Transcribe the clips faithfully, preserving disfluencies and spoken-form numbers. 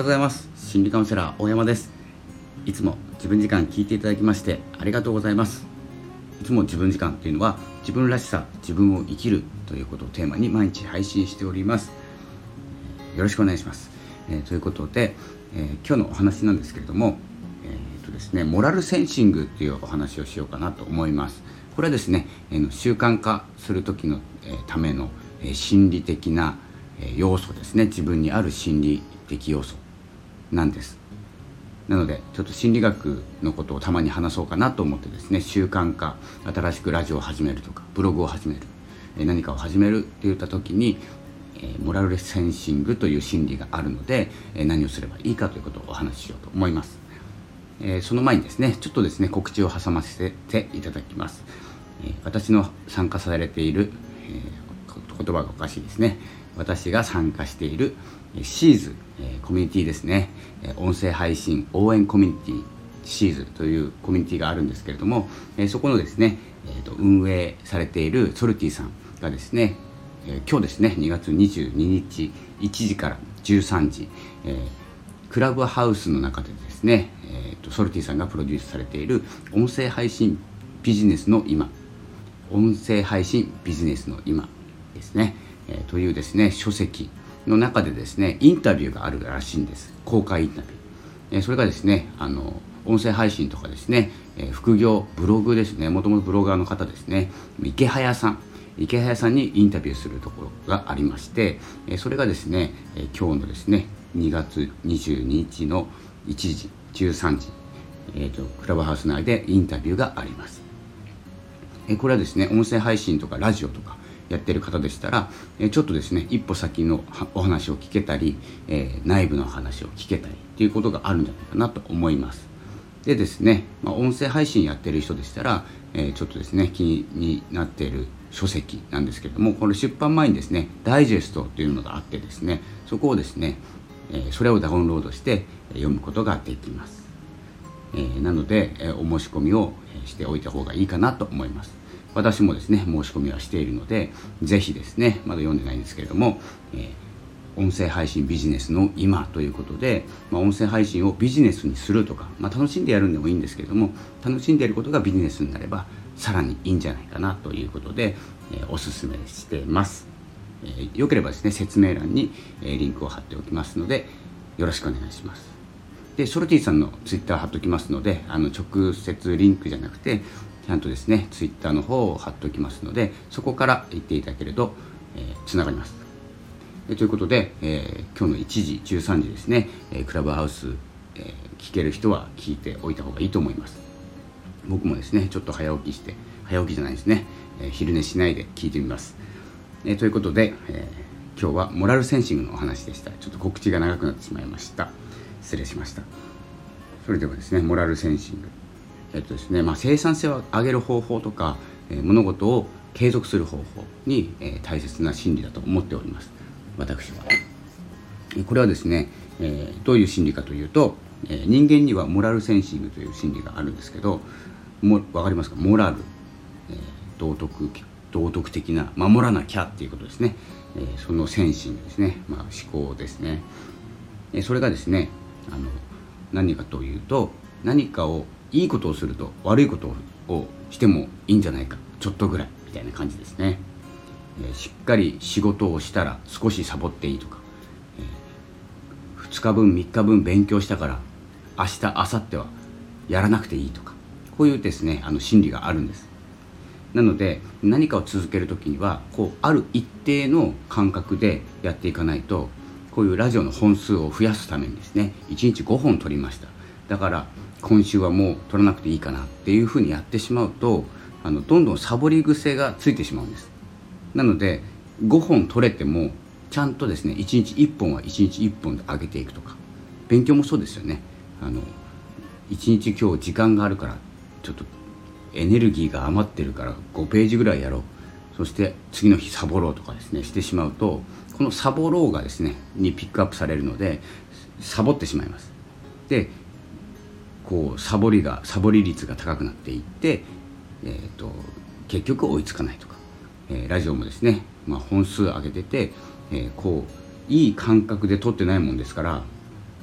おはようございます。心理カウンセラー大山です。いつも自分時間聞いていただきましてありがとうございます。いつも自分時間というのは自分らしさ、自分を生きるということをテーマに毎日配信しております。よろしくお願いします。えー、ということで、えー、今日のお話なんですけれども、えーとですね、モラルセンシングというお話をしようかなと思います。これはですね、えー、習慣化する時の、えー、ための、えー、心理的な、えー、要素ですね。自分にある心理的要素なんです。なのでちょっと心理学のことをたまに話そうかなと思ってですね、習慣化、新しくラジオを始めるとかブログを始める、え何かを始めるっていった時に、えモラルセンシングという心理があるので、え何をすればいいかということをお話ししようと思います。えー、その前にですね、ちょっとですね告知を挟ませていただきます。えー、私の参加されている、えー、言葉がおかしいですね。私が参加しているシーズ、えー、コミュニティですね、えー、音声配信応援コミュニティシーズというコミュニティがあるんですけれども、えー、そこのですね、えーと、運営されているソルティさんがですね、えー、今日ですねにがつにじゅうににちいちじからじゅうさんじ、えー、クラブハウスの中でですね、えーと、ソルティさんがプロデュースされている音声配信ビジネスの今音声配信ビジネスの今ですね、えー、というですね書籍の中でですねインタビューがあるらしいんです。公開インタビュー、えー、それがですねあの音声配信とかですね、えー、副業ブログですね、もともとブロガーの方ですね、池早さん池早さんにインタビューするところがありまして、えー、それがですね、えー、今日のですねにがつにじゅうににちのいちじじゅうさんじ、えー、とクラブハウス内でインタビューがあります。えー、これはですね音声配信とかラジオとかやってる方でしたら、えー、ちょっとですね一歩先のお話を聞けたり、えー、内部の話を聞けたりということがあるんじゃないかなと思います。でですね、まあ、音声配信やってる人でしたら、えー、ちょっとですね気になっている書籍なんですけれども、これ出版前にですねダイジェストというのがあってですね、そこをですね、えー、それをダウンロードして読むことができます。えー、なので、えー、お申し込みをしておいた方がいいかなと思います。私もですね申し込みはしているので、ぜひですね、まだ読んでないんですけれども、えー、音声配信ビジネスの今ということで、まあ、音声配信をビジネスにするとか、まあ、楽しんでやるんでもいいんですけれども、楽しんでいることがビジネスになればさらにいいんじゃないかなということで、えー、おすすめしています。えー、よければですね説明欄に、えー、リンクを貼っておきますのでよろしくお願いします。でソルティさんのツイッター貼っておきますので、あの直接リンクじゃなくてちゃんとですねツイッターの方を貼っておきますので、そこから言っていただけるとつな、えー、がります。でということで、えー、今日のいちじじゅうさんじですね、えー、クラブハウス、えー、聞ける人は聞いておいた方がいいと思います。僕もですねちょっと早起きして早起きじゃないですね、えー、昼寝しないで聞いてみます。えー、ということで、えー、今日はモラルセンシングのお話でした。ちょっと告知が長くなってしまいました。失礼しました。それではですね、モラルセンシング、えっとですねまあ、生産性を上げる方法とか、えー、物事を継続する方法に、えー、大切な心理だと思っております。私はこれはですね、えー、どういう心理かというと、えー、人間にはモラルセンシングという心理があるんですけど、も分かりますか？モラル、えー、道徳道徳的な守らなきゃっていうことですね。えー、そのセンシングですね、まあ、思考ですね。えー、それがですねあの何かというと、何かをいいことをすると悪いことをしてもいいんじゃないか、ちょっとぐらいみたいな感じですね。えー、しっかり仕事をしたら少しサボっていいとか、えー、ふつかぶんみっかぶん勉強したから明日明後日はやらなくていいとか、こういうですねあの心理があるんです。なので何かを続けるときにはこうある一定の感覚でやっていかないと、こういうラジオの本数を増やすためにですねいちにちごほん撮りました、だから今週はもう撮らなくていいかなっていうふうにやってしまうと、あのどんどんサボり癖がついてしまうんです。なのでごほん撮れてもちゃんとですねいちにちいっぽんはいちにちいっぽんで上げていくとか、勉強もそうですよね。あのいちにち今日時間があるからちょっとエネルギーが余ってるからごページぐらいやろう、そして次の日サボろうとかですねしてしまうと、このサボろうがですねにピックアップされるのでサボってしまいます。でこうサボりがサボり率が高くなっていって、えー、と結局追いつかないとか、えー、ラジオもですね、まあ、本数上げてて、えー、こういい感覚で撮ってないもんですから、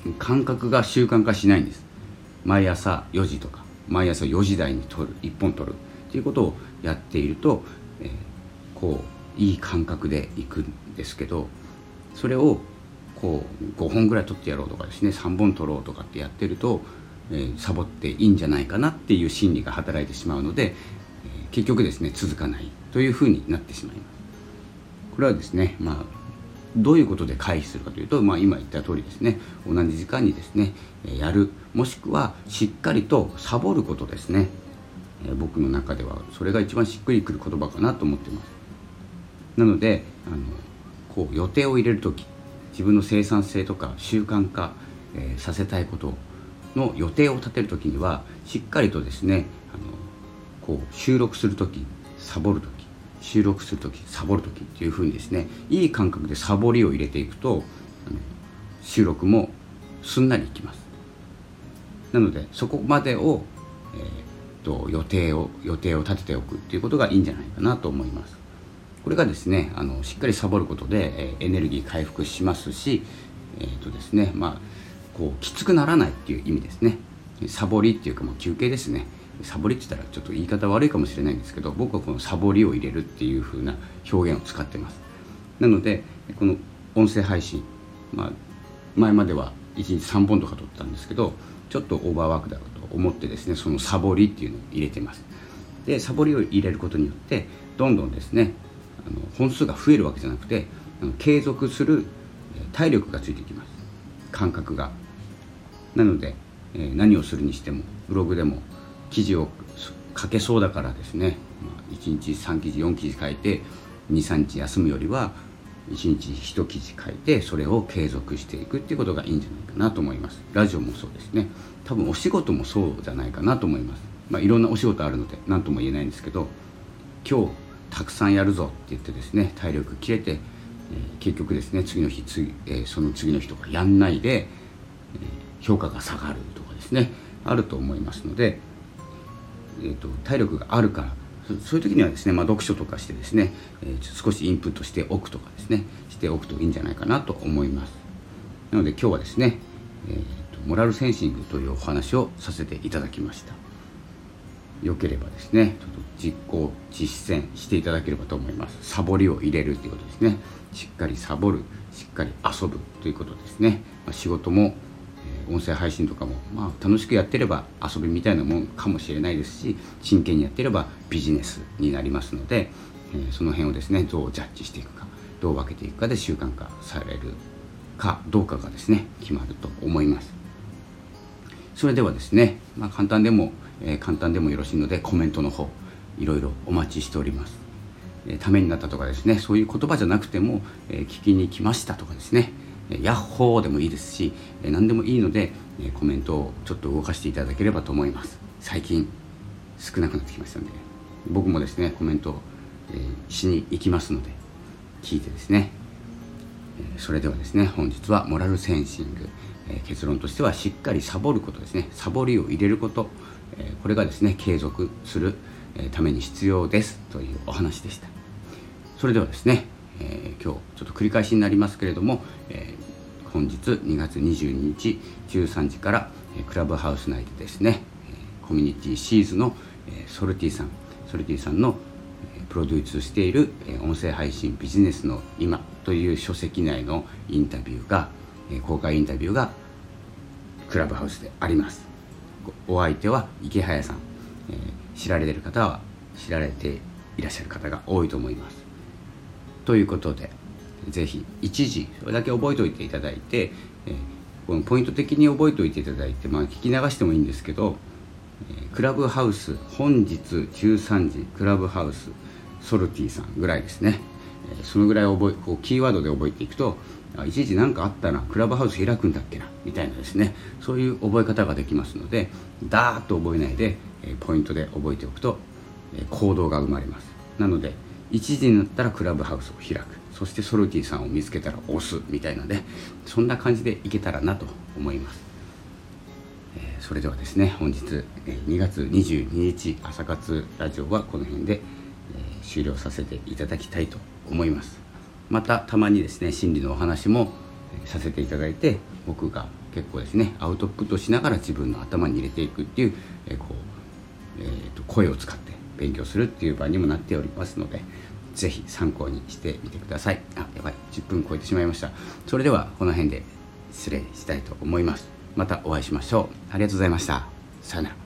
感覚が習慣化しないんです。毎朝よじとか毎朝よじ台に取るいっぽん取るっていうことをやっていると、えー、こういい感覚でいくんですけど、それをこうごほんぐらい取ってやろうとかですね、さんぼん取ろうとかってやってると、えー、サボっていいんじゃないかなっていう心理が働いてしまうので、えー、結局ですね続かないというふうになってしまいます。これはですね、まあどういうことで回避するかというと、まあ、今言った通りですね、同じ時間にですねやる、もしくはしっかりとサボることですね。えー、僕の中ではそれが一番しっくりくる言葉かなと思っています。なのであのこう予定を入れるとき、自分の生産性とか習慣化、えー、させたいことの予定を立てるときにはしっかりとですね、あのこう収録するときサボるとき、収録するときサボるときっていう風にですね、いい感覚でサボりを入れていくと、あの収録もすんなりいきます。なのでそこまでを、えー、と予定を予定を立てておくっていうことがいいんじゃないかなと思います。これがですね、あのしっかりサボることで、えー、エネルギー回復しますし、えーとですね、まあこうきつくならないっていう意味ですね。サボりっていうか、まあ、休憩ですね。サボりって言ったらちょっと言い方悪いかもしれないんですけど、僕はこのサボりを入れるっていう風な表現を使ってます。なのでこの音声配信、まあ、前まではいちにちさんぼんとか撮ったんですけど、ちょっとオーバーワークだろうと思ってですね、そのサボりっていうのを入れてます。でサボりを入れることによってどんどんですね、あの本数が増えるわけじゃなくて、あの継続する体力がついてきます。感覚が。なので、えー、何をするにしてもブログでも記事を書けそうだからですね、まあ、いちにちさんきじよんきじ書いてにさんにち休むよりはいちにちいち記事書いてそれを継続していくっていうことがいいんじゃないかなと思います。ラジオもそうですね。多分お仕事もそうじゃないかなと思います。まあ、いろんなお仕事あるので何とも言えないんですけど、今日たくさんやるぞって言ってですね、体力切れて、えー、結局ですね次の日次、えー、その次の日とかやんないで、えー、評価が下がるとかですねあると思いますので、えーと、体力があるからそういう時にはですね、まあ、読書とかしてですね、えー、少しインプットしておくとかですねしておくといいんじゃないかなと思います。なので今日はですね、えーと、モラルセンシングというお話をさせていただきました。よければですねちょっと実行実践していただければと思います。サボりを入れるということですね。しっかりサボる、しっかり遊ぶということですね。まあ、仕事も音声配信とかも、まあ、楽しくやってれば遊びみたいなもんかもしれないですし、真剣にやってればビジネスになりますので、えー、その辺をですねどうジャッジしていくか、どう分けていくかで習慣化されるかどうかがですね決まると思います。それではですね、まあ、簡単でも、えー、簡単でもよろしいのでコメントの方いろいろお待ちしております。えー、ためになったとかですね、そういう言葉じゃなくても、えー、聞きに来ましたとかですね、ヤッホーでもいいですし、何でもいいのでコメントをちょっと動かしていただければと思います。最近少なくなってきましたので、僕もですねコメントをしに行きますので聞いてですね。それではですね、本日はモラルセンシング、結論としてはしっかりサボることですね。サボりを入れること、これがですね継続するために必要ですというお話でした。それではですね、えー、今日ちょっと繰り返しになりますけれども、えー、本日にがつにじゅうににちじゅうさんじから、えー、クラブハウス内でですね、えー、コミュニティシーズの、えー、ソルティさんソルティさんの、えー、プロデュースしている、えー、音声配信ビジネスの今という書籍内のインタビューが、えー、公開インタビューがクラブハウスであります。お相手は池早さん、えー、知られている方は知られていらっしゃる方が多いと思います。ということでぜひ一時それだけ覚えておいていただいて、えー、このポイント的に覚えておいていただいて、まあ、聞き流してもいいんですけど、えー、クラブハウス本日じゅうさんじクラブハウスソルティさんぐらいですね、えー、そのぐらい覚えこうキーワードで覚えていくと、あ一時何かあったな、クラブハウス開くんだっけなみたいなですね、そういう覚え方ができますので、ダーッと覚えないで、えー、ポイントで覚えておくと、えー、行動が生まれます。なのでいちじになったらクラブハウスを開く、そしてソルティさんを見つけたら押すみたいなので、そんな感じでいけたらなと思います。えー、それではですね、本日、えー、にがつにじゅうににち朝活ラジオはこの辺で、えー、終了させていただきたいと思います。またたまにですね心理のお話もさせていただいて、僕が結構ですねアウトプットしながら自分の頭に入れていくっていう、えーこうえー、と声を使って勉強するっていう場にもなっておりますので、ぜひ参考にしてみてください。あ、やばい、じゅっぷん超えてしまいました。それではこの辺で失礼したいと思います。またお会いしましょう。ありがとうございました。さよなら。